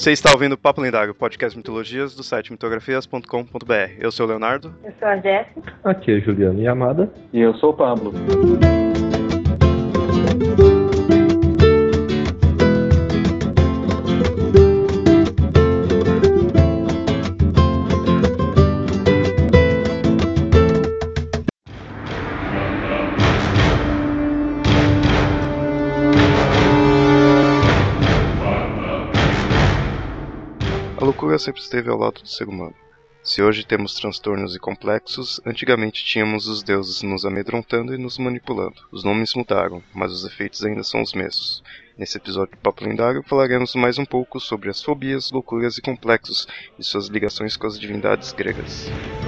Você está ouvindo Papo Lendário, podcast Mitologias do site mitografias.com.br. Eu sou o Leonardo. Eu sou a Jéssica. Aqui é Juliano Yamada. E eu sou o Pablo. A loucura sempre esteve ao lado do ser humano. Se hoje temos transtornos e complexos, antigamente tínhamos os deuses nos amedrontando e nos manipulando. Os nomes mudaram, mas os efeitos ainda são os mesmos. Nesse episódio do Papo Lendário falaremos mais um pouco sobre as fobias, loucuras e complexos e suas ligações com as divindades gregas.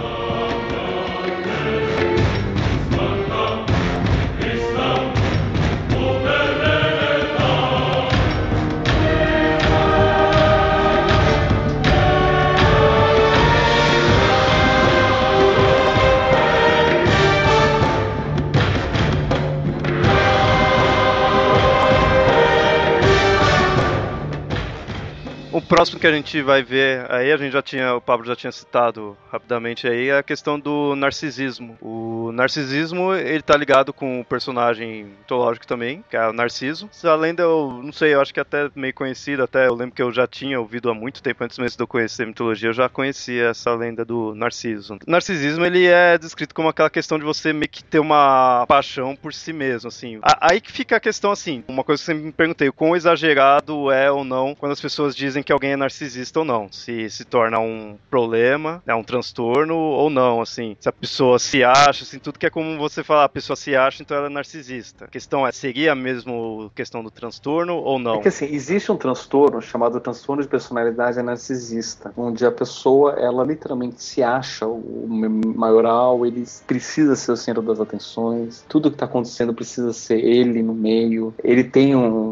O próximo que a gente vai ver aí, o Pablo já tinha citado rapidamente aí, é a questão do narcisismo. O narcisismo, ele tá ligado com o personagem mitológico também, que é o Narciso. Essa lenda, eu não sei, eu acho que é até meio conhecida, até eu lembro que eu já tinha ouvido há muito tempo, antes mesmo de eu conhecer a mitologia, eu já conhecia essa lenda do Narciso. O narcisismo, ele é descrito como aquela questão de você meio que ter uma paixão por si mesmo, assim. Aí que fica a questão, assim, uma coisa que eu sempre me perguntei, o quão exagerado é ou não quando as pessoas dizem que alguém é narcisista ou não, se torna um problema, um transtorno ou não, assim, se a pessoa se acha, assim, tudo que é como você falar, a pessoa se acha, então ela é narcisista. A questão é, seria mesmo questão do transtorno ou não? É que assim, existe um transtorno chamado transtorno de personalidade narcisista, onde a pessoa, ela literalmente se acha o maioral, ele precisa ser o centro das atenções, tudo que está acontecendo precisa ser ele no meio, ele tem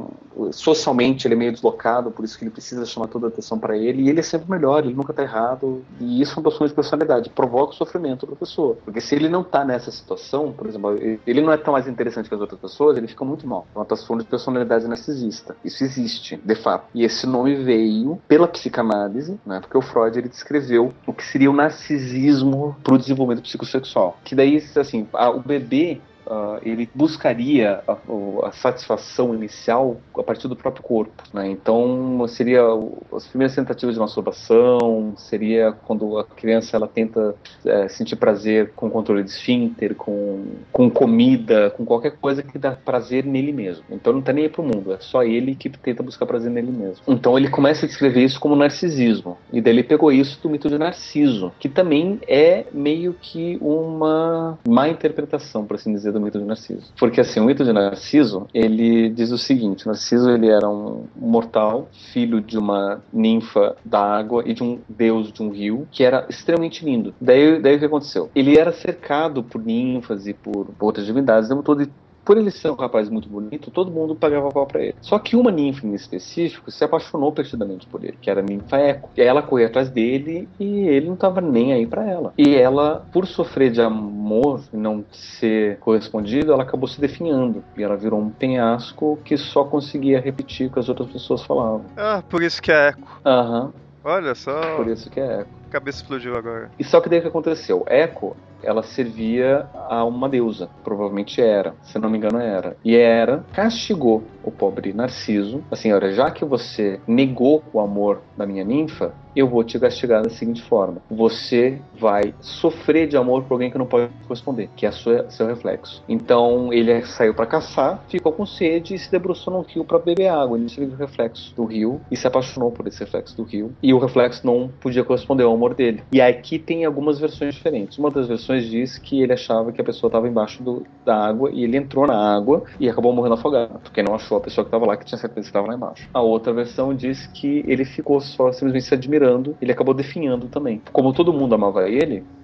socialmente ele é meio deslocado, por isso que ele precisa chamar toda a atenção para ele, e ele é sempre melhor, ele nunca tá errado, e isso é uma transtorno de personalidade, provoca o sofrimento da pessoa, porque se ele não tá nessa situação, por exemplo, ele não é tão mais interessante que as outras pessoas, ele fica muito mal. É uma transtorno de personalidade narcisista, isso existe, de fato, e esse nome veio pela psicanálise, né, porque o Freud, ele descreveu o que seria o narcisismo pro desenvolvimento psicossexual, que daí, assim, o bebê ele buscaria a satisfação inicial a partir do próprio corpo, né? Então seria as primeiras tentativas de masturbação, seria quando a criança ela tenta sentir prazer com controle de esfíncter, com comida, com qualquer coisa que dá prazer nele mesmo. Então não está nem aí pro mundo, é só ele que tenta buscar prazer nele mesmo. Então ele começa a descrever isso como narcisismo, e daí ele pegou isso do mito de Narciso, que também é meio que uma má interpretação, por assim dizer, do mito de Narciso. Porque assim, o mito de Narciso, ele diz o seguinte: Narciso, ele era um mortal, filho de uma ninfa da água e de um deus de um rio, que era extremamente lindo. Daí o que aconteceu? Ele era cercado por ninfas e por outras divindades, o tempo todo. Por ele ser um rapaz muito bonito, todo mundo pagava pau pra ele. Só que uma ninfa em específico se apaixonou perdidamente por ele, que era a ninfa Eco. E ela corria atrás dele e ele não tava nem aí pra ela. E ela, por sofrer de amor e não ser correspondido, ela acabou se definhando. E ela virou um penhasco que só conseguia repetir o que as outras pessoas falavam. Ah, por isso que é Eco. Aham. Olha só. Por isso que é Eco. A cabeça explodiu agora. E só que daí o que aconteceu? Eco, ela servia a uma deusa, provavelmente Hera, se não me engano Hera. E Hera castigou o pobre Narciso, assim, olha, já que você negou o amor da minha ninfa, eu vou te castigar da seguinte forma: você vai sofrer de amor por alguém que não pode corresponder, que é seu reflexo. Então ele saiu para caçar, ficou com sede e se debruçou no rio para beber água. Ele viu o reflexo do rio e se apaixonou por esse reflexo do rio, e o reflexo não podia corresponder ao amor dele. E aqui tem algumas versões diferentes. Uma das versões diz que ele achava que a pessoa estava embaixo da água e ele entrou na água e acabou morrendo afogado, porque não achou a pessoa que estava lá, que tinha certeza que estava lá embaixo. A outra versão diz que ele ficou só simplesmente se admirando, ele acabou definhando também. Como todo mundo amava ele,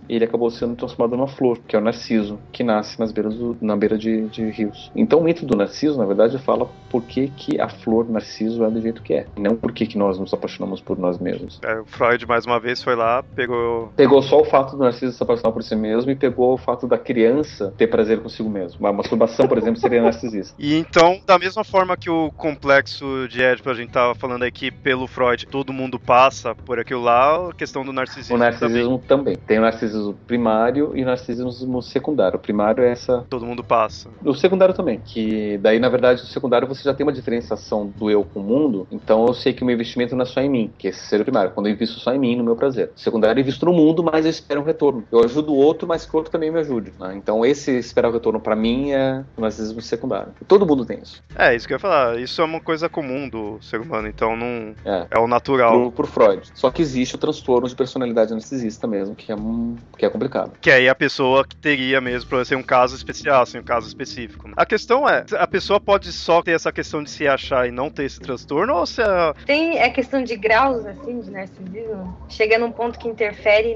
e ele acabou sendo transformado numa flor, que é o narciso, que nasce na beira de rios. Então o mito do narciso, na verdade, fala por que a flor narciso é do jeito que é, e não por que nós nos apaixonamos por nós mesmos. O Freud, mais uma vez, foi lá, pegou Só o fato do narciso se apaixonar por si mesmo e pegou o fato da criança ter prazer consigo mesmo. Uma masturbação, por exemplo, seria narcisista. E então, da mesma forma que o complexo de Édipo, a gente tava falando aqui pelo Freud, todo mundo passa por aquilo lá, a questão do narcisismo. O narcisismo também. Tem o narcisismo primário e o narcisismo secundário. O primário é essa... Todo mundo passa. O secundário também, que daí, na verdade, no secundário você já tem uma diferenciação do eu com o mundo, então eu sei que o meu investimento não é só em mim, que esse seria o primário, quando eu invisto só em mim, no meu prazer. O secundário eu invisto no mundo, mas eu espero um retorno. Eu ajudo o outro, mas que o outro também me ajude, né? Então esse esperar o retorno pra mim é o narcisismo secundário. Todo mundo tem isso. Isso que eu ia falar. Isso é uma coisa comum do ser humano, então não é o natural. Por Freud. Só que existe o transtorno de personalidade narcisista mesmo, que é complicado. Que aí a pessoa que teria mesmo, pra ser um caso especial, assim, um caso específico. A questão é, a pessoa pode só ter essa questão de se achar e não ter esse transtorno, ou se Tem a questão de graus, assim, de narcisismo? Chega num ponto que interfere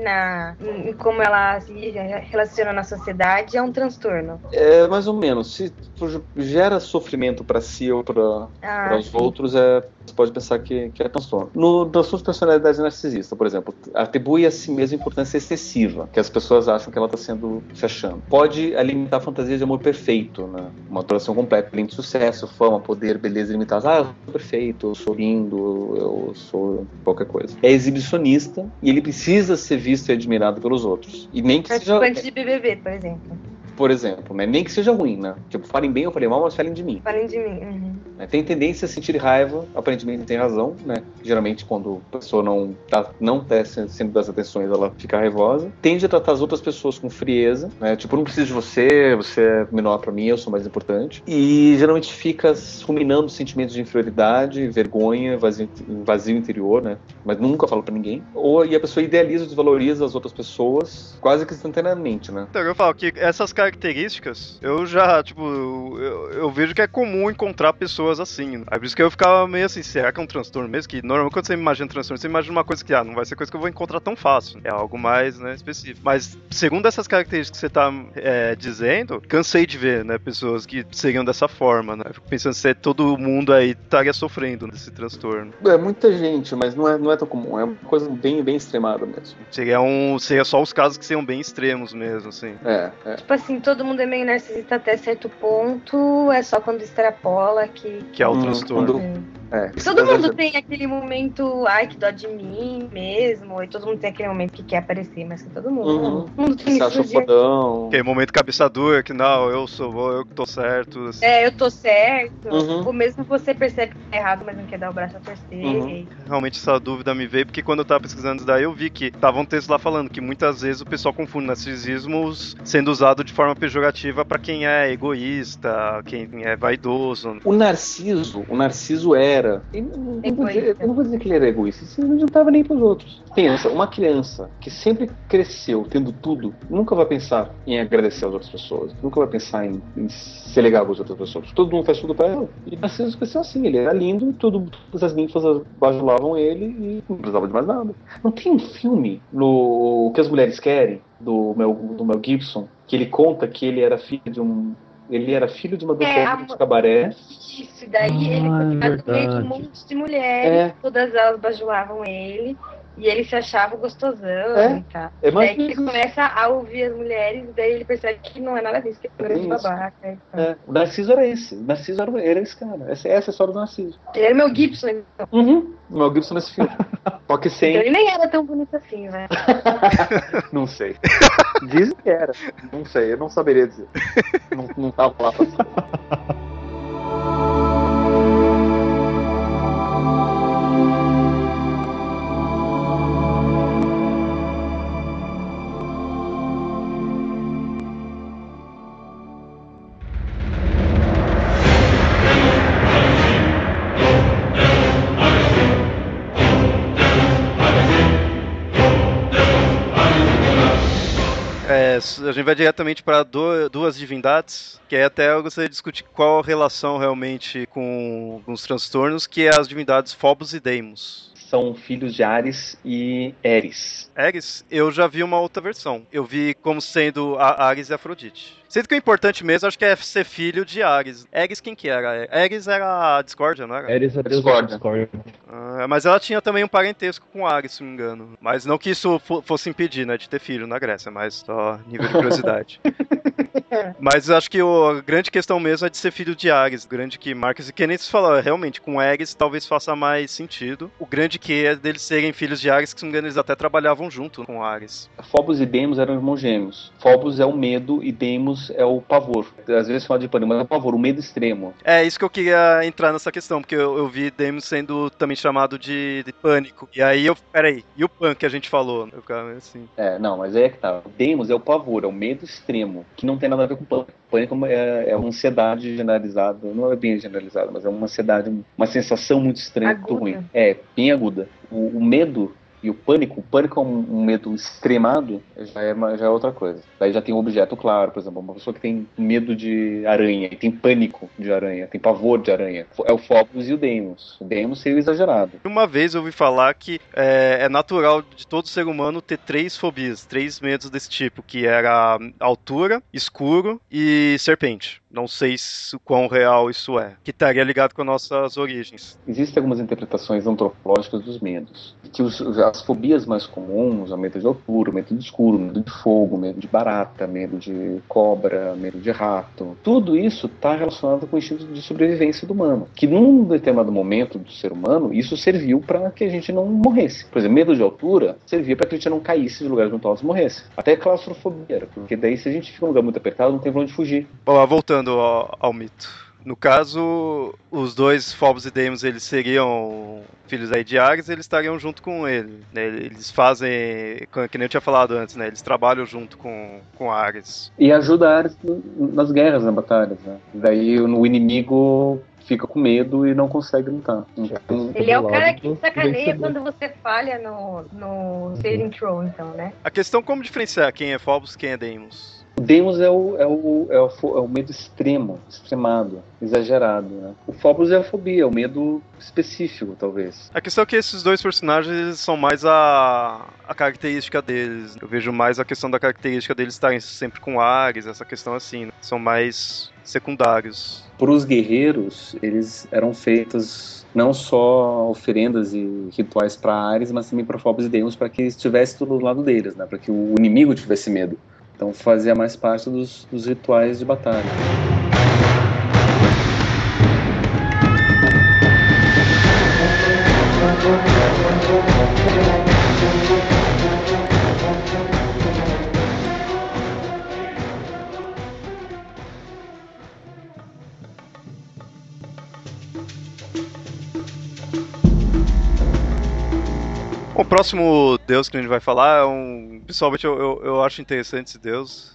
em como ela se relaciona na sociedade, é um transtorno. É, mais ou menos. Se gera sofrimento pra si ou para os outros, você pode pensar que é transtorno. No transtorno de personalidade narcisista, por exemplo, atribui a si mesma importância excessiva, que as pessoas acham que ela está se achando. Pode alimentar a fantasia de amor perfeito, né? Uma adoração completa, lindo sucesso, fama, poder, beleza ilimitada. Eu sou perfeito, eu sou lindo, eu sou qualquer coisa. É exibicionista e ele precisa ser visto e admirado pelos outros. E nem que seja... Participante de BBB, por exemplo. Por exemplo, né? Nem que seja ruim, né? Tipo, falem bem ou falem mal, mas falem de mim. Falem de mim. Uhum. Tem tendência a sentir raiva, aparentemente tem razão, né? Geralmente quando a pessoa não tá sendo das atenções, ela fica raivosa. Tende a tratar as outras pessoas com frieza, né? Tipo, eu não preciso de você é menor pra mim, eu sou mais importante. E geralmente fica ruminando sentimentos de inferioridade, vergonha, vazio interior, né? Mas nunca fala pra ninguém. E a pessoa idealiza, desvaloriza as outras pessoas quase que instantaneamente, né? Então, eu falo que essas características, eu já, tipo, eu vejo que é comum encontrar pessoas assim. Né? Aí por isso que eu ficava meio assim, será que é um transtorno mesmo? Que normalmente quando você imagina transtorno, você imagina uma coisa que, não vai ser coisa que eu vou encontrar tão fácil. É algo mais, né, específico. Mas, segundo essas características que você tá dizendo, cansei de ver, né, pessoas que seriam dessa forma, né? Eu fico pensando se todo mundo aí estaria sofrendo desse transtorno. É muita gente, mas não é tão comum. É uma coisa bem, bem extremada mesmo. Seria só os casos que seriam bem extremos mesmo, assim. Tipo assim, todo mundo é meio narcisista até certo ponto, é só quando extrapola que é o transtorno. Todo mundo tem aquele momento, que dó de mim mesmo, e todo mundo tem aquele momento que quer aparecer, mas que todo mundo. Todo mundo tem isso. Fodão. Aquele momento cabeça dura, que não, eu que tô certo. Assim. Eu tô certo. Ou mesmo você percebe que tá errado, mas não quer dar o braço a torcer. Realmente essa dúvida me veio, porque quando eu tava pesquisando isso daí, eu vi que tava um texto lá falando que muitas vezes o pessoal confunde narcisismo sendo usado de forma pejorativa pra quem é egoísta, quem é vaidoso. O Narciso era. Eu não vou dizer que ele era egoísta, ele não tava nem pros outros. Pensa, uma criança que sempre cresceu tendo tudo, nunca vai pensar em agradecer às outras pessoas, nunca vai pensar em ser legal com as outras pessoas. Todo mundo faz tudo pra ela. E Narciso cresceu assim, ele era lindo e todas as ninfas bajulavam ele e não precisava de mais nada. Não tem um filme no O que as Mulheres Querem, do Mel Gibson, que ele conta que ele era filho de uma doutora de cabaré. Isso, daí ele foi criado no meio de um monte de mulheres, todas elas bajulavam ele, e ele se achava gostosão e tal. Daí que ele começa a ouvir as mulheres, e daí ele percebe que não é nada disso, que é grande babaca. O Narciso era esse. O Narciso era esse cara. Essa é a história do Narciso. Ele era o Mel Gibson, então. O Mel Gibson nesse filme. Só que sem... Então ele nem era tão bonito assim, né? Não sei. Dizem que era. Não sei, eu não saberia dizer. Não tava lá pra saber. A gente vai diretamente para duas divindades, que aí até eu gostaria de discutir qual a relação realmente com os transtornos, que é as divindades Phobos e Deimos. são filhos de Ares e Eris. Ares, eu já vi uma outra versão. Eu vi como sendo a Ares e Afrodite. Sendo que o importante mesmo, acho que é ser filho de Ares. Ares quem que era? Ares era a Discórdia, não era? Ares é a deusa Discórdia. Mas ela tinha também um parentesco com Ares, se não me engano. Mas não que isso fosse impedir, né, de ter filho na Grécia, mas só nível de curiosidade. Mas eu acho que a grande questão mesmo é de ser filho de Ares. O grande que Marcos e Kenneth falou, realmente, com Ares talvez faça mais sentido. O grande que é deles serem filhos de Ares, que se não me engano eles até trabalhavam junto com Ares. Phobos e Deimos eram irmãos gêmeos. Phobos é o medo e Deimos é o pavor. Às vezes fala de pânico, mas é o pavor, o medo extremo. É isso que eu queria entrar nessa questão, porque eu vi Deimos sendo também chamado de pânico. E aí peraí, e o Pan que a gente falou? Eu ficava assim. Não, mas aí é que tá. O Deimos é o pavor, é o medo extremo, que não tem nada a ver com pânico. Pânico é uma ansiedade generalizada, não é bem generalizada, mas é uma ansiedade, uma sensação muito estranha, muito ruim. É, bem aguda. O medo e o pânico é um medo extremado, já é outra coisa. Daí já tem um objeto claro, por exemplo, uma pessoa que tem medo de aranha, tem pânico de aranha, tem pavor de aranha. É o Phobos e o Deimos. O Deimos seria o exagerado. Uma vez eu ouvi falar que é natural de todo ser humano ter 3 fobias, 3 medos desse tipo, que era altura, escuro e serpente. Não sei quão real isso é, que estaria ligado com as nossas origens. Existem algumas interpretações antropológicas dos medos. Que as fobias mais comuns, o medo de altura, o medo de escuro, o medo de fogo, o medo de barata, medo de cobra, medo de rato, tudo isso está relacionado com o instinto de sobrevivência do humano. Que num determinado momento do ser humano, isso serviu para que a gente não morresse. Por exemplo, medo de altura servia para que a gente não caísse de lugares muito altos e morresse. Até claustrofobia, porque daí se a gente fica num lugar muito apertado, não tem pra onde fugir. Voltando ao mito. No caso, os dois, Phobos e Deimos, eles seriam filhos aí de Ares, eles estariam junto com ele. Né? Eles fazem, que nem eu tinha falado antes, né? Eles trabalham junto com Ares. E ajuda Ares nas guerras, nas batalhas. Né? Daí o inimigo fica com medo e não consegue lutar. Então, ele é o cara que sacaneia quando você falha no saving throw, então, né? A questão é como diferenciar quem é Phobos e quem é Deimos. O Deimos é o medo extremo, extremado, exagerado, né? O Phobos é a fobia, é o medo específico, talvez. A questão é que esses dois personagens são mais a característica deles. Eu vejo mais a questão da característica deles estarem sempre com Ares, essa questão assim, né? São mais secundários. Para os guerreiros, eles eram feitos não só oferendas e rituais para Ares, mas também para Phobos e Deimos, para que estivesse tudo do lado deles, né? Para que o inimigo tivesse medo. Então fazia mais parte dos rituais de batalha. O próximo deus que a gente vai falar é pessoalmente eu acho interessante esse deus,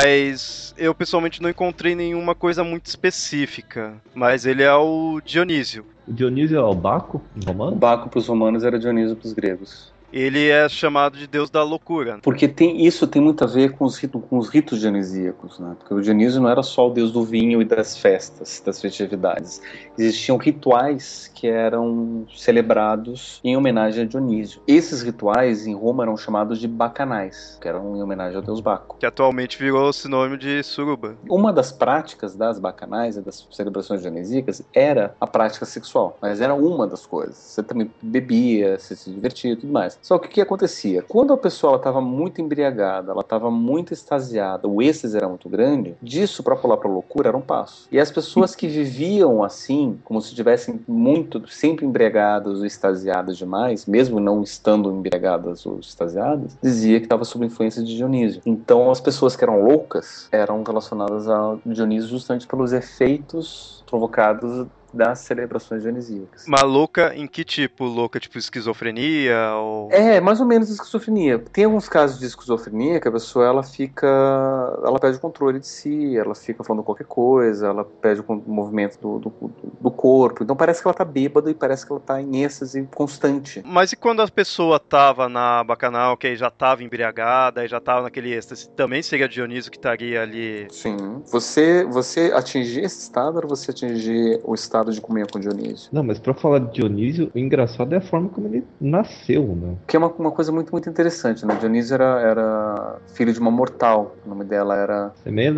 mas eu pessoalmente não encontrei nenhuma coisa muito específica, mas ele é o Dionísio. O Dionísio é o Baco, em romano? O Baco para os romanos era Dionísio para os gregos. Ele é chamado de deus da loucura. Porque isso tem muito a ver com os ritos dionisíacos, né? Porque o Dionísio não era só o deus do vinho e das festas, das festividades. Existiam rituais que eram celebrados em homenagem a Dionísio. Esses rituais em Roma eram chamados de bacanais, que eram em homenagem ao deus Baco. Que atualmente virou sinônimo de suruba. Uma das práticas das bacanais e das celebrações dionisíacas era a prática sexual, mas era uma das coisas. Você também bebia, você se divertia e tudo mais. Só que o que acontecia? Quando a pessoa estava muito embriagada, ela estava muito extasiada, o êxtase era muito grande, disso para pular para a loucura era um passo. E as pessoas que viviam assim, como se estivessem sempre embriagadas ou extasiadas demais, mesmo não estando embriagadas ou extasiadas, dizia que estava sob influência de Dionísio. Então as pessoas que eram loucas eram relacionadas a Dionísio justamente pelos efeitos provocados das celebrações dionisíacas. Mas louca em que tipo? Louca tipo esquizofrenia? Ou... mais ou menos esquizofrenia. Tem alguns casos de esquizofrenia que a pessoa ela perde o controle de si, ela fica falando qualquer coisa, ela perde o movimento do corpo. Então parece que ela tá bêbada e parece que ela tá em êxtase constante. Mas e quando a pessoa tava na bacanal, que aí já tava embriagada, aí já tava naquele êxtase, também seria Dionísio que estaria ali? Sim. Você atingir esse estado era você atingir o estado marcado de comer com Dionísio. Não, mas pra falar de Dionísio, o engraçado é a forma como ele nasceu, né? Que é uma coisa muito, muito interessante, né? Dionísio era filho de uma mortal. O nome dela era...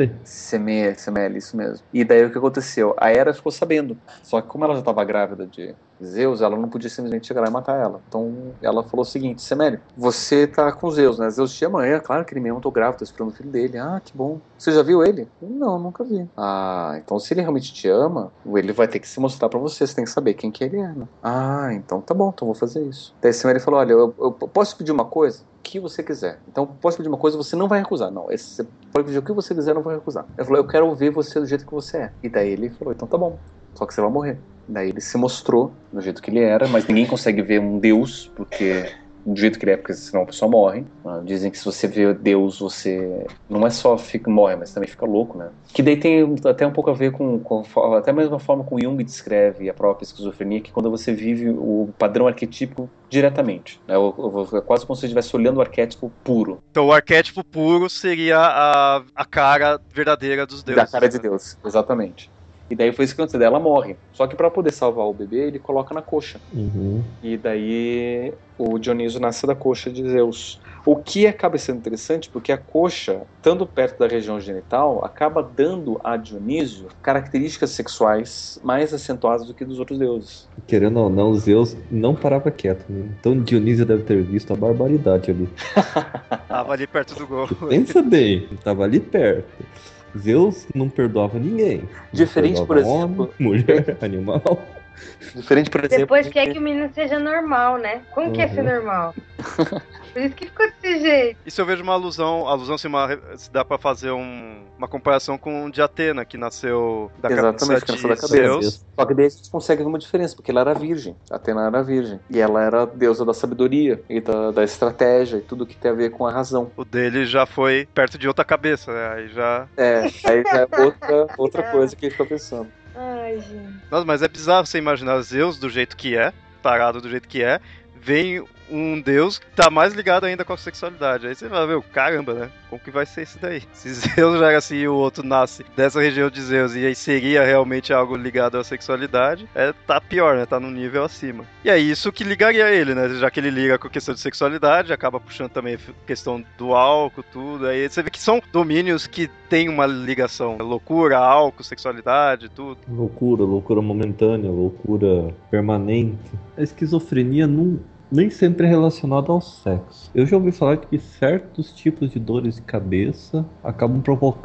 Semele, isso mesmo. E daí o que aconteceu? A Hera ficou sabendo. Só que como ela já estava grávida de Zeus, ela não podia simplesmente chegar lá e matar ela. Então ela falou o seguinte: Semele, você tá com Zeus, né? Zeus te ama. Claro que ele mesmo, tô grávida, tô esperando o filho dele. Ah, que bom. Você já viu ele? Não, nunca vi. Ah, então se ele realmente te ama, ele vai ter que se mostrar pra você. Você tem que saber quem que ele é, né? Ah, então tá bom, então vou fazer isso. Daí Semele falou: olha, eu posso pedir uma coisa? O que você quiser. Então, posso pedir uma coisa, você não vai recusar. Não, você pode pedir o que você quiser, não vai recusar. Ele falou: eu quero ver você do jeito que você é. E daí ele falou: então tá bom, só que você vai morrer. Daí ele se mostrou do jeito que ele era, mas ninguém consegue ver um deus, porque do jeito que ele é, porque senão a pessoa morre. Dizem que se você vê Deus, você não é só morre, mas também fica louco, né? Que daí tem até um pouco a ver com até a mesma forma como Jung descreve a própria esquizofrenia, que quando você vive o padrão arquetípico diretamente, né? É quase como se você estivesse olhando o arquétipo puro. Então o arquétipo puro seria a cara verdadeira dos deuses. Da cara de Deus, exatamente. E daí foi isso que aconteceu, daí ela morre. Só que para poder salvar o bebê, ele coloca na coxa. E daí o Dionísio nasce da coxa de Zeus. O que acaba sendo interessante, porque a coxa, estando perto da região genital, acaba dando a Dionísio características sexuais mais acentuadas do que dos outros deuses. Querendo ou não, Zeus não parava quieto, né? Então Dionísio deve ter visto a barbaridade ali. Tava ali perto do gol. Pensa bem, tava ali perto. Zeus não perdoava ninguém. Diferente, por exemplo, homem, mulher, animal. Diferente, por exemplo. Depois quer que o menino seja normal, né? Como que é ser normal? Por isso que ficou desse jeito. Isso eu vejo uma alusão se dá pra fazer uma comparação com de Atena, que nasceu da Exatamente, cabeça da cabeça. Zeus. Só que daí a gente consegue ver uma diferença, porque ela era virgem. Atena era virgem. E ela era deusa da sabedoria e da estratégia e tudo que tem a ver com a razão. O dele já foi perto de outra cabeça, né? Aí já é outra coisa que a gente tá pensando. Ai, gente. Nossa, mas é bizarro você imaginar Zeus do jeito que é, tarado do jeito que é, vem um deus que tá mais ligado ainda com a sexualidade. Aí você vai ver, caramba, né? Como que vai ser isso daí? Se Zeus já era assim e o outro nasce dessa região de Zeus e aí seria realmente algo ligado à sexualidade, tá pior, né? Tá num nível acima. E é isso que ligaria ele, né? Já que ele liga com a questão de sexualidade, acaba puxando também a questão do álcool, tudo. Aí você vê que são domínios que tem uma ligação. Loucura, álcool, sexualidade, tudo. Loucura momentânea, loucura permanente. A esquizofrenia nem sempre é relacionado ao sexo. Eu já ouvi falar que certos tipos de dores de cabeça acabam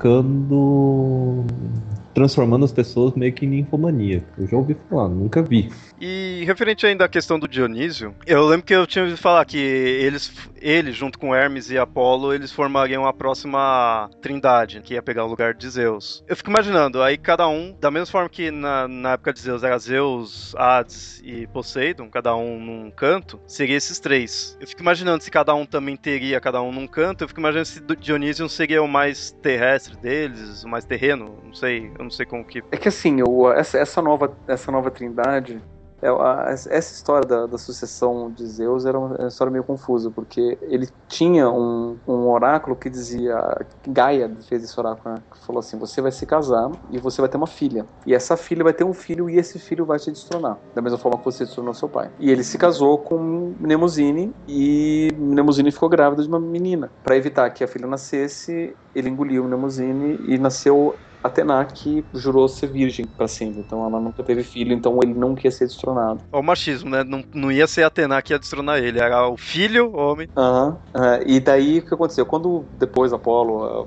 transformando as pessoas meio que em ninfomaníaco. Eu já ouvi falar, nunca vi. E referente ainda à questão do Dionísio, eu lembro que eu tinha ouvido falar que ele junto com Hermes e Apolo, eles formariam a próxima trindade, que ia pegar o lugar de Zeus. Eu fico imaginando, aí cada um, da mesma forma que na época de Zeus era Zeus, Hades e Poseidon, cada um num canto, seria esses três. Eu fico imaginando se cada um também teria cada um num canto, eu fico imaginando se Dionísio seria o mais terrestre deles, o mais terreno, eu não sei como que... É que assim, essa nova trindade... Essa história da sucessão de Zeus era uma história meio confusa, porque ele tinha um oráculo que dizia, Gaia fez esse oráculo, né, que falou assim: você vai se casar e você vai ter uma filha, e essa filha vai ter um filho e esse filho vai te destronar, da mesma forma que você destronou seu pai. E ele se casou com Mnemosyne e Mnemosyne ficou grávida de uma menina. Para evitar que a filha nascesse, ele engoliu Mnemosyne e nasceu Atena, que jurou ser virgem pra sempre. Então ela nunca teve filho, então ele não queria ser destronado. O machismo, né? Não ia ser Atena que ia destronar ele, era o filho, homem. E daí o que aconteceu? Quando depois Apolo,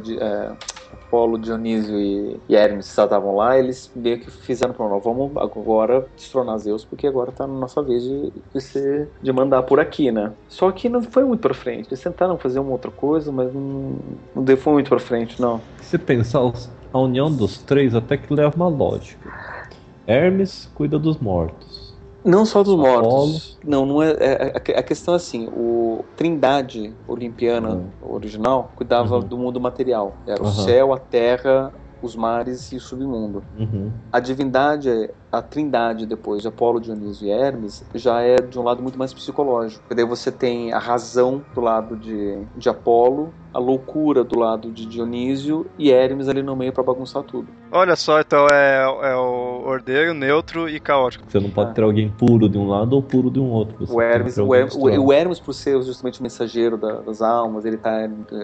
Dionísio e Hermes estavam lá, eles meio que fizeram para nós: vamos agora destronar Zeus, porque agora tá na nossa vez de mandar por aqui, né? Só que não foi muito pra frente. Eles tentaram fazer uma outra coisa, mas não foi muito pra frente, não. Se pensar, a união dos três até que leva uma lógica. Hermes cuida dos mortos. Não só dos Apolo. mortos. Não é. A questão é assim: o Trindade olimpiana original cuidava do mundo material. Era o céu, a terra, os mares e o submundo. A divindade, a trindade depois de Apolo, Dionísio e Hermes, já é de um lado muito mais psicológico. E daí você tem a razão do lado de Apolo, a loucura do lado de Dionísio e Hermes ali no meio para bagunçar tudo. Olha só, então é o ordeiro, neutro e caótico. Você não pode ter alguém puro de um lado ou puro de um outro. O Hermes, por ser justamente o mensageiro das almas, ele tá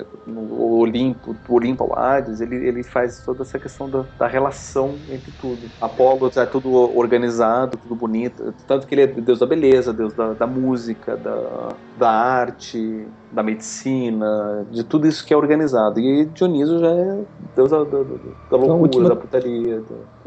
no Olimpo ao Hades, ele faz toda essa questão da relação entre tudo. Apolo é tudo organizado, tudo bonito, tanto que ele é deus da beleza, deus da música, da arte, da medicina, de tudo isso que é organizado. E Dioniso já é deus da loucura, da putaria.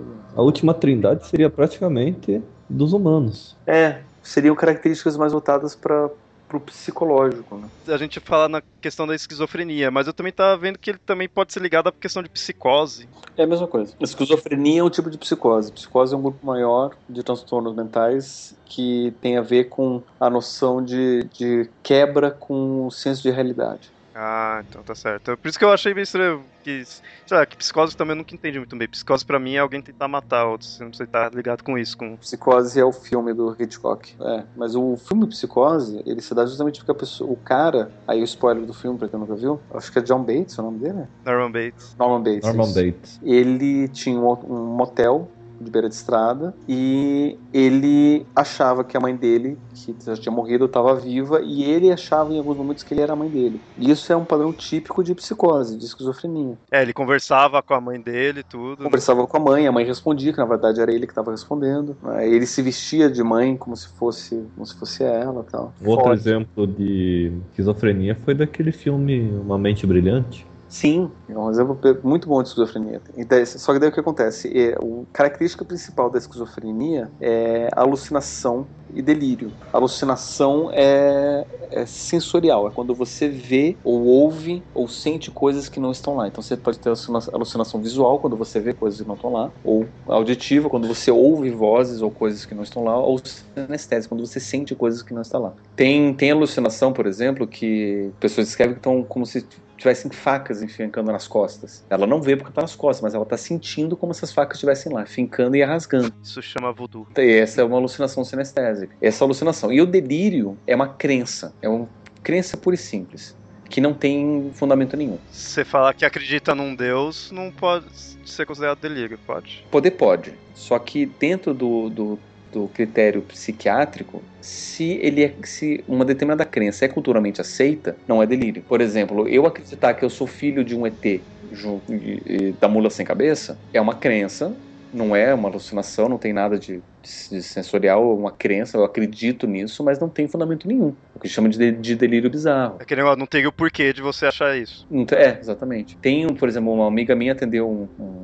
A última trindade seria praticamente dos humanos. Seriam características mais voltadas para pro psicológico, né? A gente fala na questão da esquizofrenia, mas eu também tava vendo que ele também pode ser ligado à questão de psicose. É a mesma coisa. A esquizofrenia é um tipo de psicose. Psicose é um grupo maior de transtornos mentais que tem a ver com a noção de quebra com o senso de realidade. Ah, então tá certo. Por isso que eu achei bem estranho que, sei lá, que psicose também eu nunca entendi muito bem. Psicose pra mim é alguém tentar matar outros. Você não sei estar ligado com isso. Psicose é o filme do Hitchcock. Mas o filme Psicose, ele se dá justamente porque o cara, aí o spoiler do filme pra quem nunca viu, acho que é John Bates, é o nome dele? Norman Bates. Norman Bates. Ele tinha um motel de beira de estrada, e ele achava que a mãe dele, que já tinha morrido, estava viva, e ele achava em alguns momentos que ele era a mãe dele. E isso é um padrão típico de psicose, de esquizofrenia. Ele conversava com a mãe dele, tudo. Conversava com a mãe respondia, que na verdade era ele que estava respondendo. Ele se vestia de mãe como se fosse ela, tal. Outro exemplo de esquizofrenia foi daquele filme Uma Mente Brilhante. Sim, é um exemplo muito bom de esquizofrenia. Só que daí o que acontece? A característica principal da esquizofrenia é alucinação e delírio. A alucinação é sensorial, é quando você vê, ou ouve, ou sente coisas que não estão lá. Então você pode ter alucinação visual, quando você vê coisas que não estão lá, ou auditiva, quando você ouve vozes ou coisas que não estão lá, ou sinestésica, quando você sente coisas que não estão lá. Tem alucinação, por exemplo, que pessoas descrevem que estão como se tivessem facas fincando nas costas. Ela não vê porque está nas costas, mas ela está sentindo como se as facas estivessem lá, fincando e rasgando. Isso chama voodoo. Essa é uma alucinação sinestésica. Essa alucinação. E o delírio é uma crença. É uma crença pura e simples, que não tem fundamento nenhum. Você falar que acredita num Deus não pode ser considerado delírio, pode? Pode. Só que dentro do critério psiquiátrico, se uma determinada crença é culturalmente aceita, não é delírio. Por exemplo, eu acreditar que eu sou filho de um ET da mula sem cabeça é uma crença, não é uma alucinação, não tem nada de sensorial, uma crença, eu acredito nisso, mas não tem fundamento nenhum. O que chama de delírio bizarro. Aquele negócio, não tem o porquê de você achar isso. Exatamente. Por exemplo, uma amiga minha atendeu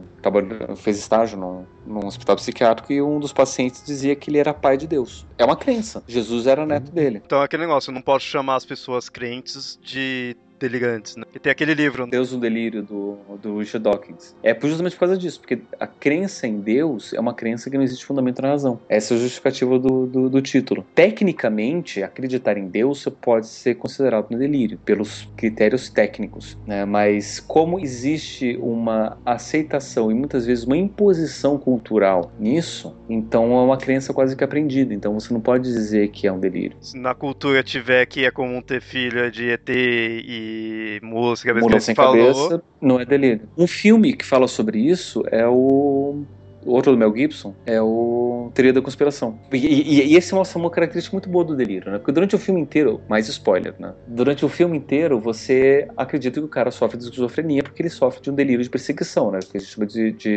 fez estágio num hospital psiquiátrico e um dos pacientes dizia que ele era pai de Deus. É uma crença. Jesus era neto dele. Então aquele negócio, eu não posso chamar as pessoas crentes de delirantes, né? E tem aquele livro, Deus do Delírio, do Richard Dawkins. É justamente por causa disso, porque a crença em Deus é uma crença que não existe fundamento na razão. Essa é a justificativa do título. Tecnicamente, acreditar em Deus pode ser considerado um delírio, pelos critérios técnicos, né? Mas como existe uma aceitação e muitas vezes uma imposição cultural nisso, então é uma crença quase que aprendida. Então você não pode dizer que é um delírio. Se na cultura tiver que é comum ter filho de ET e música, Mula sem cabeça, não é delírio. Um filme que fala sobre isso é o outro do Mel Gibson, é o Teoria da Conspiração. E esse mostra uma característica muito boa do delírio, né? Porque durante o filme inteiro, mais spoiler, né? Durante o filme inteiro, você acredita que o cara sofre de esquizofrenia porque ele sofre de um delírio de perseguição, né? Que a gente chama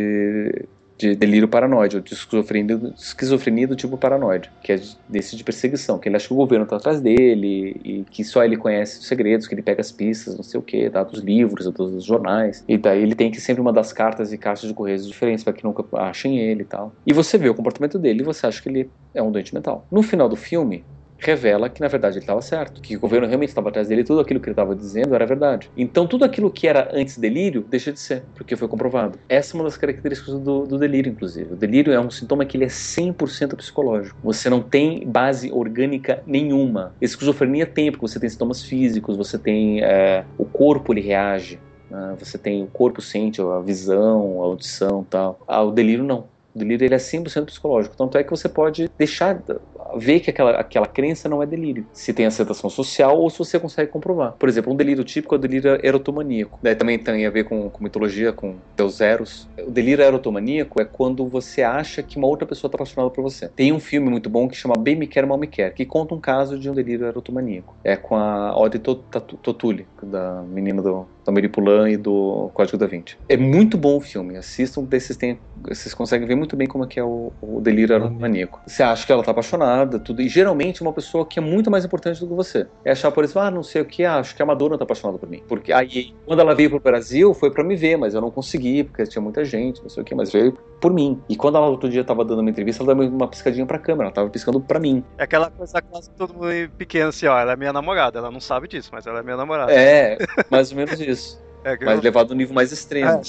de delírio paranoide, ou de esquizofrenia do tipo paranoide, que é desse de perseguição, que ele acha que o governo está atrás dele e que só ele conhece os segredos, que ele pega as pistas, não sei o que, tá, dos livros, dos jornais, e daí ele tem que sempre mandar as cartas e caixas de correios diferentes para que nunca achem ele e tal. E você vê o comportamento dele e você acha que ele é um doente mental. No final do filme, revela que na verdade ele estava certo, que o governo realmente estava atrás dele e tudo aquilo que ele estava dizendo era verdade. Então tudo aquilo que era antes delírio deixa de ser, porque foi comprovado. Essa é uma das características do delírio, inclusive. O delírio é um sintoma que ele é 100% psicológico. Você não tem base orgânica nenhuma. Esquizofrenia tem, porque você tem sintomas físicos, você tem o corpo, ele reage, né? Você tem o corpo sente, a visão, a audição e tal. O delírio não. O delírio ele é 100% psicológico. Tanto é que você pode deixar ver que aquela crença não é delírio. Se tem aceitação social ou se você consegue comprovar. Por exemplo, um delírio típico é o delírio erotomaníaco. Daí também tem a ver com mitologia, com Deus Eros. O delírio erotomaníaco é quando você acha que uma outra pessoa está apaixonada por você. Tem um filme muito bom que chama Bem Me Quer, Mal Me Quer, que conta um caso de um delírio erotomaníaco. É com a Audrey Tautou, da menina do Amélie Poulain e do Código da Vinci. É muito bom o filme. Assistam, vocês conseguem ver muito bem como é que é o delírio erotomaníaco. Você acha que ela tá apaixonada, tudo, e geralmente uma pessoa que é muito mais importante do que você. É achar, por exemplo, não sei o que, acho que a Madonna tá apaixonada por mim. Porque aí, quando ela veio pro Brasil, foi pra me ver, mas eu não consegui, porque tinha muita gente, não sei o que, mas veio por mim. E quando ela outro dia tava dando uma entrevista, ela deu uma piscadinha pra câmera, ela tava piscando pra mim. É aquela coisa quase todo mundo pequeno assim, ó, ela é minha namorada, ela não sabe disso, mas ela é minha namorada. É, mais ou menos isso. Mas levado no nível mais extremo.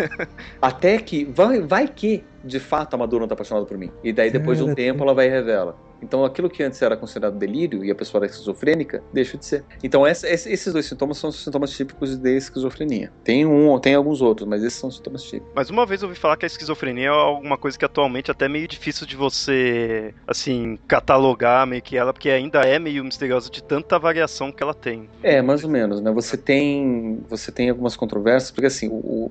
Até que, vai que, de fato, a Madonna tá apaixonada por mim. E daí, depois de um tempo, ela vai e revela. Então, aquilo que antes era considerado delírio e a pessoa era esquizofrênica, deixa de ser. Então, esses dois sintomas são os sintomas típicos de esquizofrenia. Tem alguns outros, mas esses são os sintomas típicos. Mas uma vez eu ouvi falar que a esquizofrenia é alguma coisa que atualmente até é meio difícil de você, assim, catalogar meio que ela, porque ainda é meio misteriosa de tanta variação que ela tem. É, mais ou menos, né? Você tem algumas controvérsias, porque assim,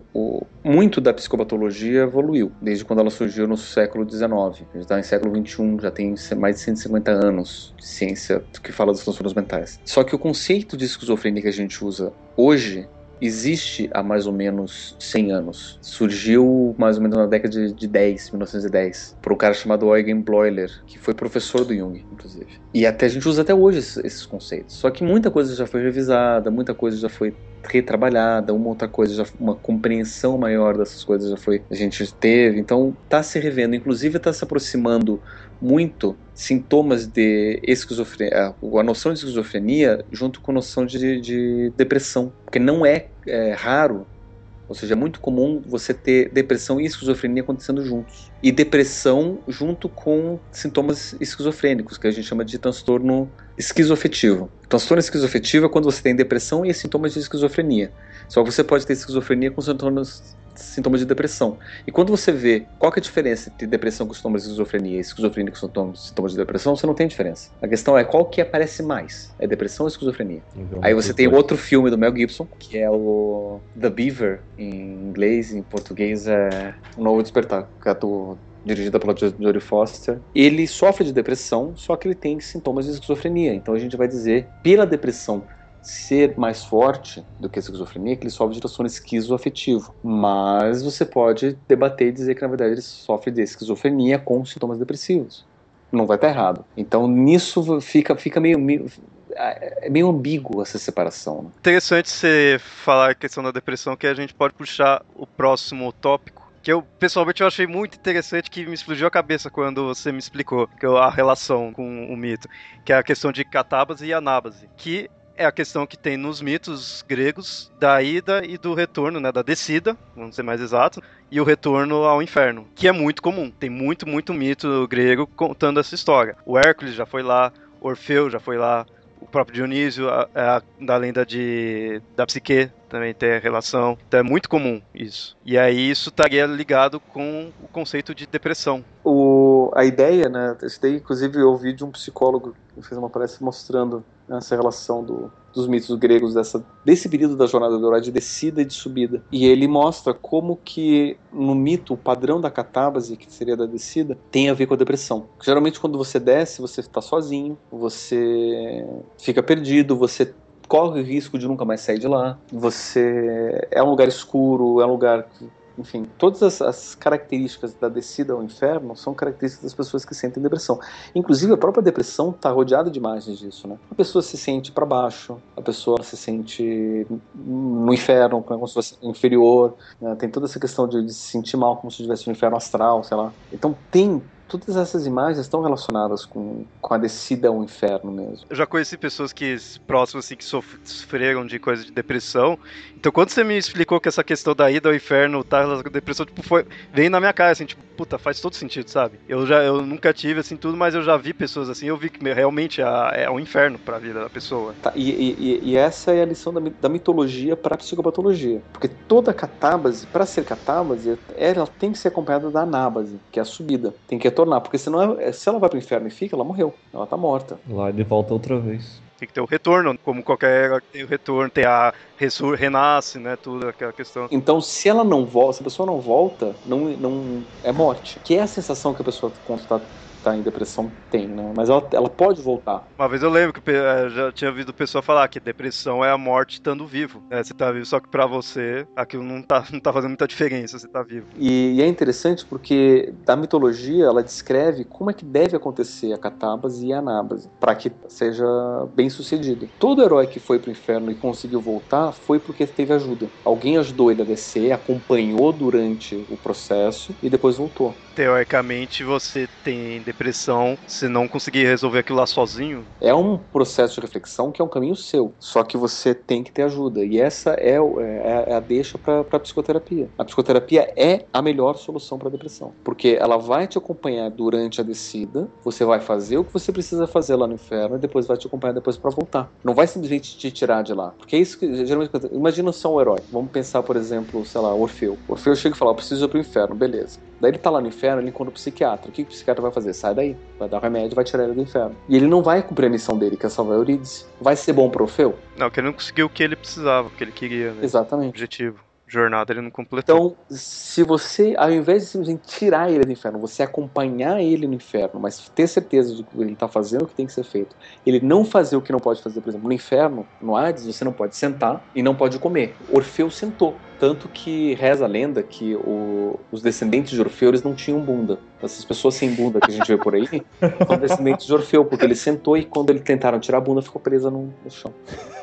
muito da psicopatologia evoluiu, desde quando ela surgiu no século XIX. A gente está em século XXI, já tem mais de 150 anos de ciência que fala dos transtornos mentais. Só que o conceito de esquizofrenia que a gente usa hoje existe há mais ou menos 100 anos. Surgiu mais ou menos na década de 1910, por um cara chamado Eugen Bleuler, que foi professor do Jung, inclusive. E a gente usa até hoje esses conceitos. Só que muita coisa já foi revisada, muita coisa já foi retrabalhada, uma outra coisa, uma compreensão maior dessas coisas a gente teve. Então está se revendo, inclusive está se aproximando muito sintomas de esquizofrenia, a noção de esquizofrenia junto com a noção de depressão, porque não é raro, ou seja, é muito comum você ter depressão e esquizofrenia acontecendo juntos, e depressão junto com sintomas esquizofrênicos, que a gente chama de transtorno esquizoafetivo. Transtorno esquizoafetivo é quando você tem depressão e sintomas de esquizofrenia, só que você pode ter esquizofrenia com sintomas de depressão. E quando você vê qual que é a diferença entre depressão com sintomas de esquizofrenia e esquizofrenia com sintomas de depressão, você não tem diferença. A questão é qual que aparece mais, é depressão ou esquizofrenia. Aí você tem outro filme do Mel Gibson, que é o The Beaver, em inglês, em português é O Novo Despertar, que é dirigida pela Jodie Foster. Ele sofre de depressão, só que ele tem sintomas de esquizofrenia. Então a gente vai dizer, pela depressão ser mais forte do que a esquizofrenia, que ele sofre de transtorno esquizoafetivo. Mas você pode debater e dizer que na verdade ele sofre de esquizofrenia com sintomas depressivos. Não vai estar errado. Então nisso fica meio ambíguo essa separação, né? Interessante você falar a questão da depressão, que a gente pode puxar o próximo tópico, que eu pessoalmente eu achei muito interessante, que me explodiu a cabeça quando você me explicou a relação com o mito, que é a questão de catábase e anábase, que é a questão que tem nos mitos gregos da ida e do retorno, né, da descida, vamos ser mais exatos, e o retorno ao inferno, que é muito comum. Tem muito mito grego contando essa história. O Hércules já foi lá, Orfeu já foi lá, o próprio Dionísio, da lenda da Psique também tem relação. Então é muito comum isso. E aí isso estaria ligado com o conceito de depressão. A ideia, né, esse daí inclusive eu ouvi de um psicólogo que fez uma palestra mostrando essa relação dos mitos gregos, desse período da jornada do herói de descida e de subida. E ele mostra como que no mito o padrão da catábase, que seria da descida, tem a ver com a depressão. Geralmente quando você desce, você está sozinho, você fica perdido, você corre o risco de nunca mais sair de lá, é um lugar escuro, é um lugar que, enfim, todas as características da descida ao inferno são características das pessoas que sentem depressão. Inclusive, a própria depressão está rodeada de imagens disso, né? A pessoa se sente para baixo, a pessoa se sente no inferno, como se fosse inferior, né? Tem toda essa questão de se sentir mal, como se estivesse no inferno astral, sei lá. Então, todas essas imagens estão relacionadas com a descida ao inferno mesmo. Eu já conheci pessoas próximas assim, que sofreram de coisa de depressão. Então quando você me explicou que essa questão da ida ao inferno tá relacionada com depressão, tipo, veio na minha cara, assim, tipo, puta, faz todo sentido, sabe? Eu nunca tive, assim, tudo, mas eu já vi pessoas assim, eu vi que realmente é um inferno pra vida da pessoa. Tá, e essa é a lição da mitologia pra psicopatologia. Porque toda catábase, pra ser catábase, ela tem que ser acompanhada da anábase, que é a subida. Tem que retornar, porque se ela vai pro inferno e fica, ela morreu, ela tá morta. Lá ele volta outra vez. Tem que ter o retorno, como qualquer tem o retorno, tem a renasce, né, tudo aquela questão. Então, se ela não volta, se a pessoa não volta, não é morte. Que é a sensação que a pessoa quando tá em depressão tem, né? Mas ela pode voltar. Uma vez eu lembro que eu já tinha ouvido pessoa falar que depressão é a morte estando vivo. Você tá vivo, só que pra você aquilo não tá fazendo muita diferença, você tá vivo. E é interessante porque da mitologia ela descreve como é que deve acontecer a catábase e a anábase para que seja bem sucedido. Todo herói que foi pro inferno e conseguiu voltar foi porque teve ajuda. Alguém ajudou ele a descer, acompanhou durante o processo e depois voltou. Teoricamente, você tem depressão se não conseguir resolver aquilo lá sozinho. É um processo de reflexão que é um caminho seu, só que você tem que ter ajuda. E essa é a deixa para a psicoterapia. A psicoterapia é a melhor solução para a depressão, porque ela vai te acompanhar durante a descida, você vai fazer o que você precisa fazer lá no inferno e depois vai te acompanhar depois para voltar. Não vai simplesmente te tirar de lá, porque é isso que geralmente... Imagina só um herói. Vamos pensar, por exemplo, sei lá, Orfeu. Orfeu chega e fala, eu preciso ir pro inferno, beleza. Daí ele tá lá no inferno, ele encontra o psiquiatra. O que o psiquiatra vai fazer? Sai daí, vai dar remédio, vai tirar ele do inferno. E ele não vai cumprir a missão dele, que é salvar Eurídice. Vai ser bom pro Orfeu? Não, porque ele não conseguiu o que ele precisava, o que ele queria. Né? Exatamente. Objetivo. Jornada ele não completou. Então, se você, ao invés de simplesmente tirar ele do inferno, você acompanhar ele no inferno, mas ter certeza de que ele está fazendo o que tem que ser feito, ele não fazer o que não pode fazer, por exemplo, no inferno, no Hades, você não pode sentar e não pode comer. Orfeu sentou. Tanto que reza a lenda que os descendentes de Orfeu eles não tinham bunda. Essas pessoas sem bunda que a gente vê por aí são descendentes de Orfeu, porque ele sentou e quando eles tentaram tirar a bunda ficou presa no chão.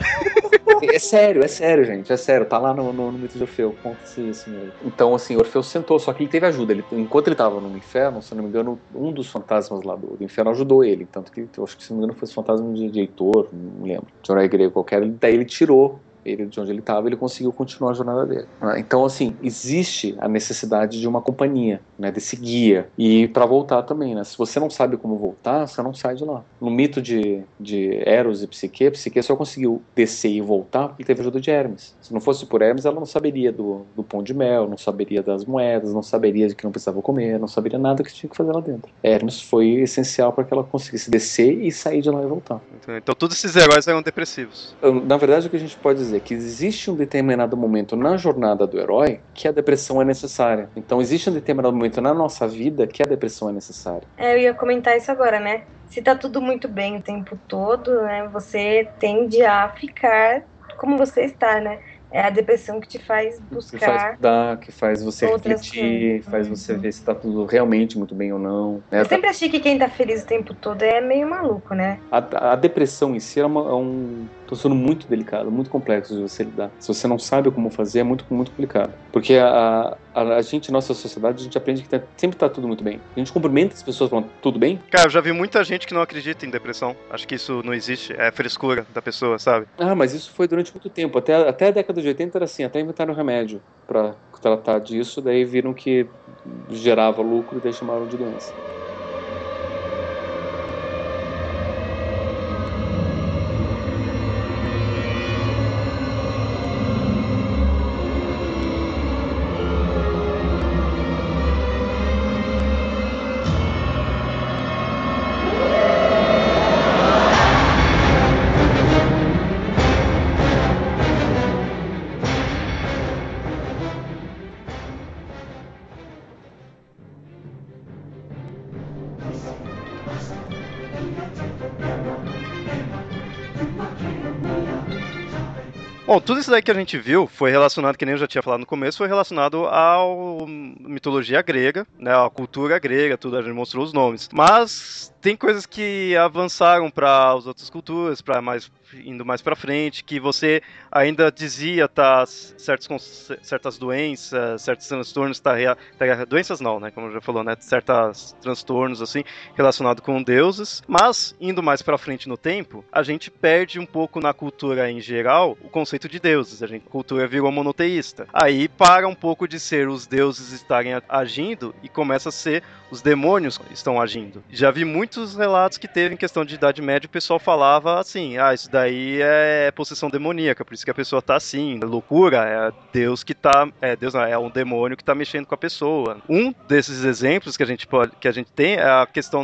É sério, gente, é sério, tá lá no mito de Orfeu, conta-se isso mesmo. Então, assim, Orfeu sentou, só que ele teve ajuda. Enquanto ele tava no inferno, se não me engano, um dos fantasmas lá do inferno ajudou ele. Tanto que, eu acho que, se não me engano, foi o fantasma de Heitor, não lembro, de um herói grego qualquer. Daí ele tirou ele de onde ele estava, ele conseguiu continuar a jornada dele. Então, assim, existe a necessidade de uma companhia, né, desse guia. E para voltar também, né? Se você não sabe como voltar, você não sai de lá. No mito de Eros e Psique, a Psique só conseguiu descer e voltar porque teve ajuda de Hermes. Se não fosse por Hermes, ela não saberia do pão de mel, não saberia das moedas, não saberia de que não precisava comer, não saberia nada que tinha que fazer lá dentro. Hermes foi essencial para que ela conseguisse descer e sair de lá e voltar. Então todos esses heróis eram depressivos. Na verdade, o que a gente pode dizer que existe um determinado momento na jornada do herói que a depressão é necessária. Então existe um determinado momento na nossa vida que a depressão é necessária. Eu ia comentar isso agora, né? Se tá tudo muito bem o tempo todo, né, você tende a ficar como você está, né? É a depressão que te faz buscar... Que faz você refletir, faz você ver se tá tudo realmente muito bem ou não. Eu sempre achei que quem tá feliz o tempo todo é meio maluco, né? A depressão em si é um transtorno muito delicado, muito complexo de você lidar. Se você não sabe como fazer, é muito, muito complicado. Porque a gente, nossa sociedade, a gente aprende que sempre tá tudo muito bem. A gente cumprimenta as pessoas falando, tudo bem? Cara, eu já vi muita gente que não acredita em depressão. Acho que isso não existe, é frescura da pessoa, sabe? Mas isso foi durante muito tempo. Até a década de 80 era assim, até inventaram remédio pra tratar disso, daí viram que gerava lucro e daí chamaram de doença. Bom, tudo isso daí que a gente viu foi relacionado, que nem eu já tinha falado no começo, foi relacionado à mitologia grega, né, à cultura grega, tudo, a gente mostrou os nomes. Mas tem coisas que avançaram para as outras culturas, indo mais para frente, que você ainda dizia certas doenças, certos transtornos, doenças não, né, como já falou, né, certos transtornos assim relacionados com deuses, mas indo mais para frente no tempo, a gente perde um pouco na cultura em geral o conceito de deuses, a cultura virou monoteísta. Aí para um pouco de ser os deuses estarem agindo e começa a ser os demônios que estão agindo. Já vi muito muitos relatos que teve em questão de Idade Média, o pessoal falava assim, isso daí é possessão demoníaca, por isso que a pessoa tá assim, loucura, é Deus que tá, Deus não, é um demônio que tá mexendo com a pessoa. Um desses exemplos que a gente tem é a questão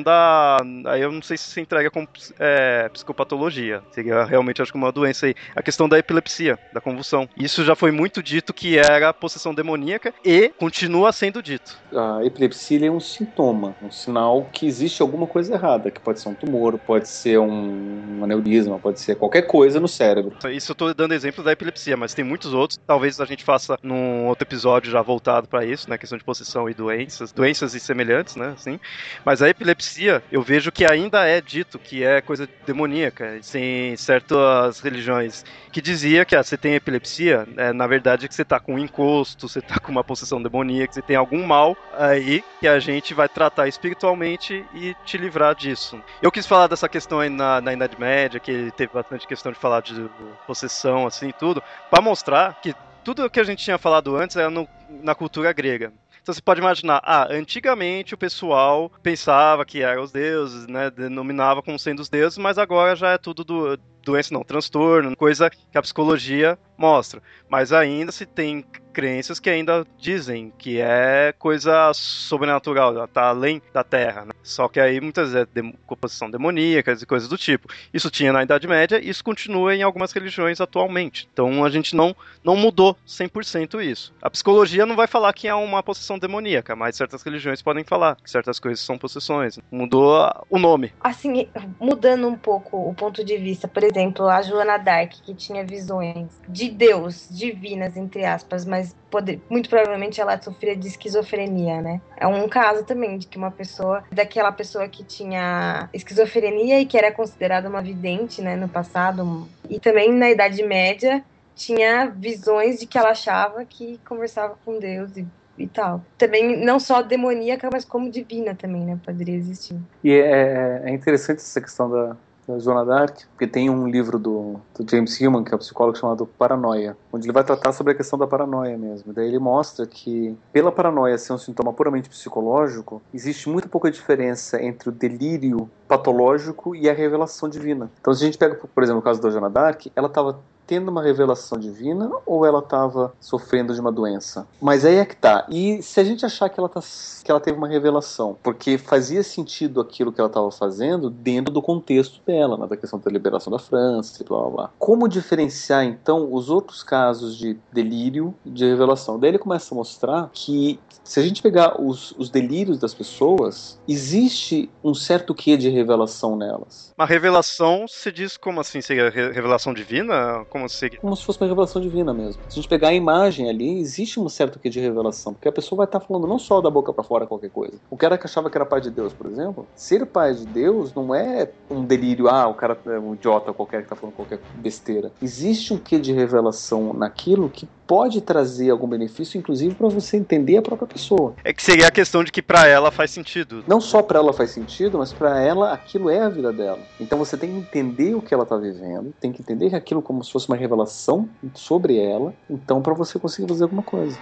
aí eu não sei se entrega como psicopatologia, seria realmente acho que uma doença aí, a questão da epilepsia, da convulsão. Isso já foi muito dito que era possessão demoníaca e continua sendo dito. A epilepsia é um sintoma, um sinal que existe alguma coisa errada, que pode ser um tumor, pode ser um aneurisma, pode ser qualquer coisa no cérebro. Isso eu tô dando exemplo da epilepsia, mas tem muitos outros, talvez a gente faça num outro episódio já voltado para isso, né, questão de possessão e doenças e semelhantes, né, assim. Mas a epilepsia, eu vejo que ainda é dito que é coisa demoníaca, em certas religiões, que dizia que você tem epilepsia, na verdade que você tá com um encosto, você tá com uma possessão demoníaca, você tem algum mal aí que a gente vai tratar espiritualmente e te livrar disso. Eu quis falar dessa questão aí na Idade Média, que ele teve bastante questão de falar de possessão, assim, tudo, para mostrar que tudo o que a gente tinha falado antes era na cultura grega. Então você pode imaginar, antigamente o pessoal pensava que eram os deuses, né, denominava como sendo os deuses, mas agora já é tudo transtorno, coisa que a psicologia mostra. Mas ainda se tem crenças que ainda dizem que é coisa sobrenatural, tá além da Terra, né? Só que aí muitas vezes composição demoníacas e coisas do tipo. Isso tinha na Idade Média e isso continua em algumas religiões atualmente. Então a gente não mudou 100% isso. A psicologia não vai falar que é uma possessão demoníaca, mas certas religiões podem falar que certas coisas são possessões. Mudou o nome. Assim, mudando um pouco o ponto de vista, por exemplo, a Joana d'Arc, que tinha visões de Deus, divinas, entre aspas, mas muito provavelmente ela sofria de esquizofrenia, né? É um caso também de que daquela pessoa que tinha esquizofrenia e que era considerada uma vidente, né, no passado, e também na Idade Média tinha visões de que ela achava que conversava com Deus e tal. Também não só demoníaca, mas como divina também, né? Poderia existir. E é interessante essa questão da Joana d'Arc, porque tem um livro do James Hillman, que é um psicólogo, chamado Paranoia, onde ele vai tratar sobre a questão da paranoia mesmo. Daí ele mostra que, pela paranoia ser um sintoma puramente psicológico, existe muito pouca diferença entre o delírio patológico e a revelação divina. Então, se a gente pega, por exemplo, o caso da Joana d'Arc, ela estava tendo uma revelação divina ou ela estava sofrendo de uma doença? Mas aí é que tá. E se a gente achar que ela teve uma revelação, porque fazia sentido aquilo que ela estava fazendo dentro do contexto dela, né, da questão da liberação da França e blá blá blá. Como diferenciar então os outros casos de delírio e de revelação? Daí ele começa a mostrar que se a gente pegar os delírios das pessoas, existe um certo quê de revelação nelas. Uma revelação, se diz como assim? Seria revelação divina? Como seria? Como se fosse uma revelação divina mesmo. Se a gente pegar a imagem ali, existe um certo quê de revelação, porque a pessoa vai estar falando não só da boca para fora qualquer coisa. O cara que achava que era pai de Deus, por exemplo, ser pai de Deus não é um delírio, o cara é um idiota qualquer que está falando qualquer besteira. Existe um quê de revelação naquilo que pode trazer algum benefício, inclusive para você entender a própria pessoa. É que seria a questão de que para ela faz sentido. Não só para ela faz sentido, mas para ela aquilo é a vida dela. Então você tem que entender o que ela está vivendo, tem que entender aquilo como se fosse uma revelação sobre ela, então para você conseguir fazer alguma coisa.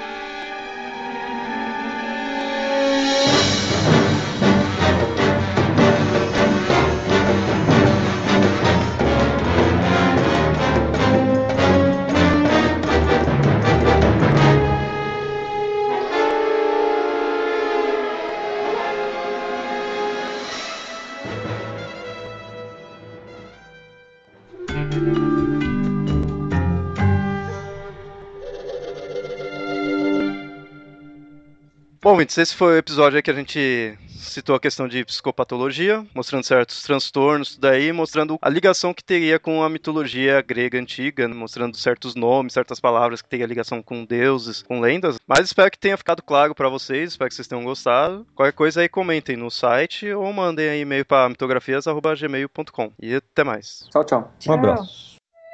Bom, esse foi o episódio aí que a gente citou a questão de psicopatologia, mostrando certos transtornos, tudo aí, mostrando a ligação que teria com a mitologia grega antiga, mostrando certos nomes, certas palavras que teria ligação com deuses, com lendas. Mas espero que tenha ficado claro para vocês, espero que vocês tenham gostado. Qualquer coisa aí comentem no site ou mandem aí e-mail para mitografias@gmail.com. E até mais. Tchau, tchau. Um abraço.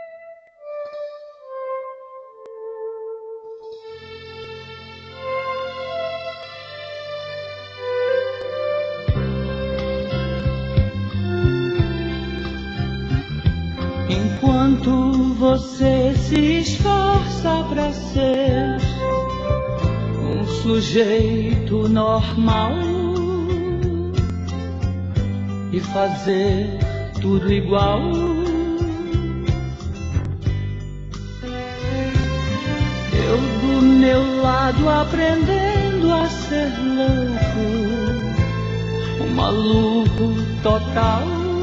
Enquanto você se esforça pra ser um sujeito normal, e fazer tudo igual. Eu do meu lado aprendendo a ser louco, um maluco total,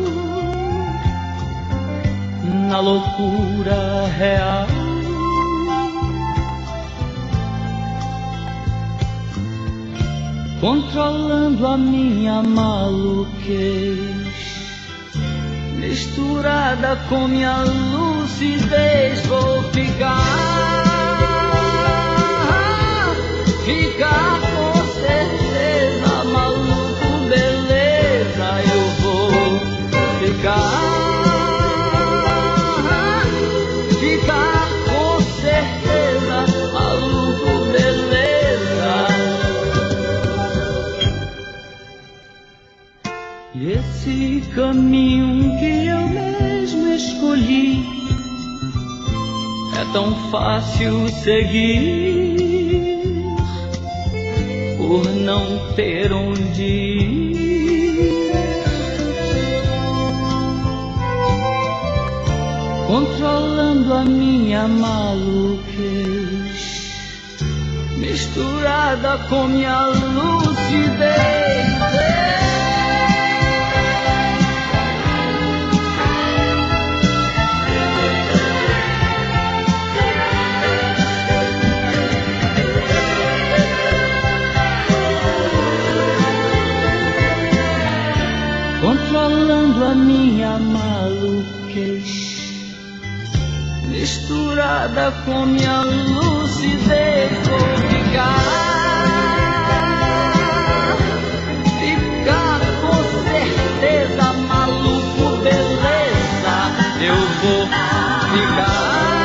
na loucura real. Controlando a minha maluquez, misturada com minha lucidez, vou ficar com certeza, maluco, beleza, eu vou ficar com certeza, maluco, beleza. E esse caminho que eu mesmo escolhi é tão fácil seguir, por não ter onde ir. Controlando a minha maluquez, misturada com minha lucidez. Controlando a minha maluquez, misturada com minha lucidez, vou ficar com certeza, maluco, beleza, eu vou ficar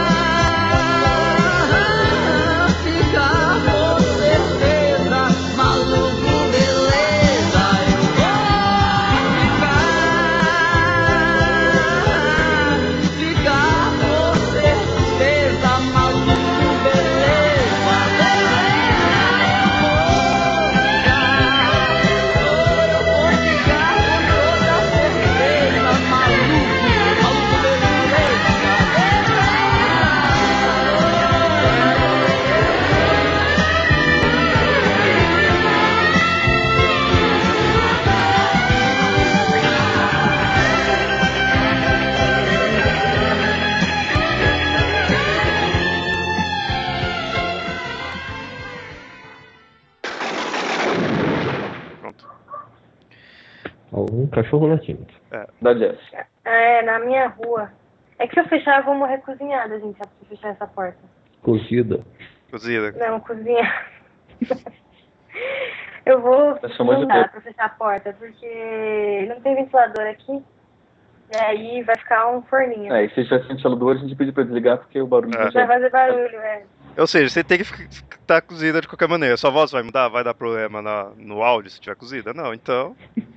com certeza, maluco, beleza, eu vou ficar com certeza, maluco, beleza, eu vou ficar com toda certeza, maluco, Um cachorro latindo. Da Jess. Na minha rua. É que se eu fechar, eu vou morrer cozinhada, gente, se eu fechar essa porta. Cozida. Não, cozinha. Eu vou mudar pra fechar a porta, porque não tem ventilador aqui. E aí vai ficar um forninho. E se tiver ventilador, a gente pede pra desligar, porque o barulho vai fazer barulho, Ou seja, você tem que estar cozida de qualquer maneira. Sua voz vai mudar? Vai dar problema no áudio se tiver cozida? Não, então...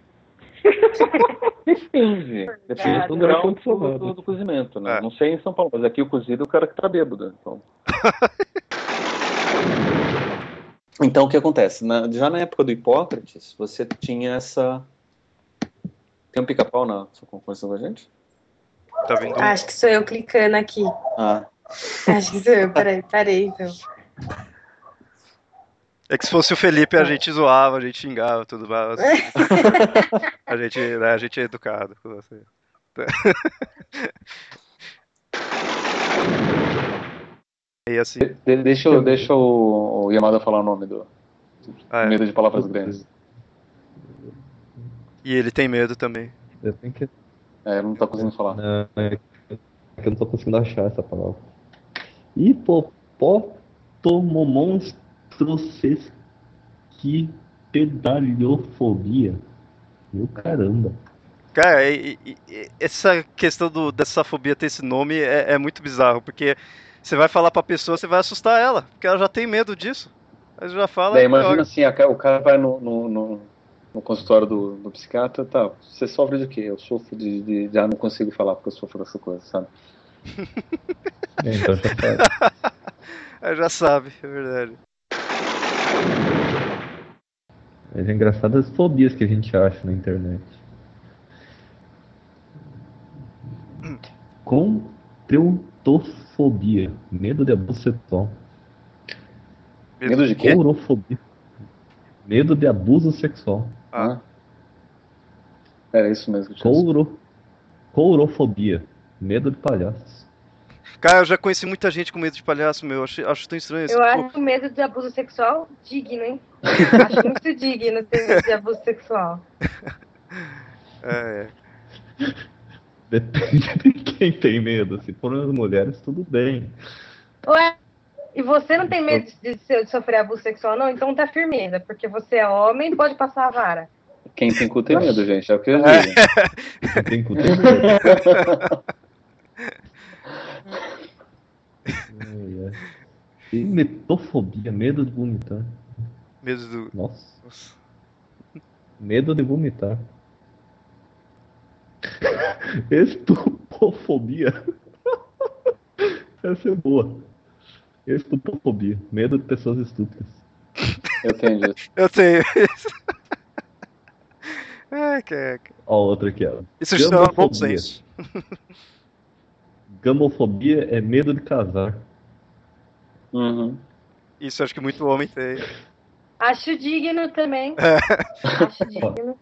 Depende do grau do cozimento, né? Não sei em São Paulo, mas aqui o cozido é o cara que tá bêbado. Então o que acontece? Já na época do Hipócrates, você tinha essa... Tem um pica-pau na sua conversa com a gente? Tá vendo? Acho que sou eu clicando aqui. Acho que sou eu, parei então. É que se fosse o Felipe, a gente zoava, a gente xingava, tudo mais. A gente é educado com você. E assim... Deixa o Yamada falar o nome do medo de palavras grandes. E ele tem medo também. Eu tenho que... Ele não tá conseguindo falar. Não, é que eu não tô conseguindo achar essa palavra. Hipopotomomonstrosesquipedaliofobia. Meu caramba. Cara, essa questão dessa fobia ter esse nome é muito bizarro, porque você vai falar pra pessoa, você vai assustar ela, porque ela já tem medo disso. Aí já fala... imagina assim, o cara vai no consultório do psiquiatra, você sofre de quê? Eu sofro de não consigo falar porque eu sofro dessa coisa, sabe? Então já sabe. Já sabe, é verdade. Mas é engraçado as fobias que a gente acha na internet. Conteutofobia, medo de abuso sexual. Medo de quê? Courofobia, medo de abuso sexual. Era isso mesmo que eu tinha. Courofobia, medo de palhaços. Cara, eu já conheci muita gente com medo de palhaço, meu. Acho tão estranho isso. Eu acho o medo de abuso sexual digno, hein? Acho muito digno ter medo de abuso sexual. Depende de quem tem medo. Se forem as mulheres, tudo bem. Ué, e você não tem medo de sofrer abuso sexual, não? Então tá firmeza, porque você é homem e pode passar a vara. Quem tem cu tem medo, gente. É o que eu digo. Quem tem cu tem medo. Emetofobia, medo de vomitar. Medo do... Nossa. Medo de vomitar. Estupofobia. Essa é boa. Estupofobia, medo de pessoas estúpidas. Eu tenho isso. Eu tenho isso. Caraca. Ó, outra aqui, ó. Isso chama bom senso. Gamofobia é medo de casar. Isso acho que muito homem tem. Acho digno também. Acho digno.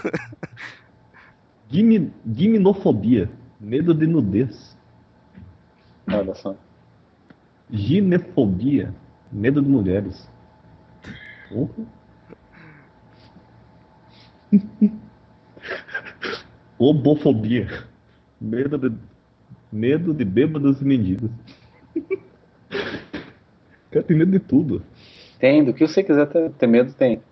Giminofobia, medo de nudez. Olha só. Ginefobia, medo de mulheres. Homofobia, medo de bêbados e mendigos. Cara, tem medo de tudo. Tem, do que você quiser ter medo, tem.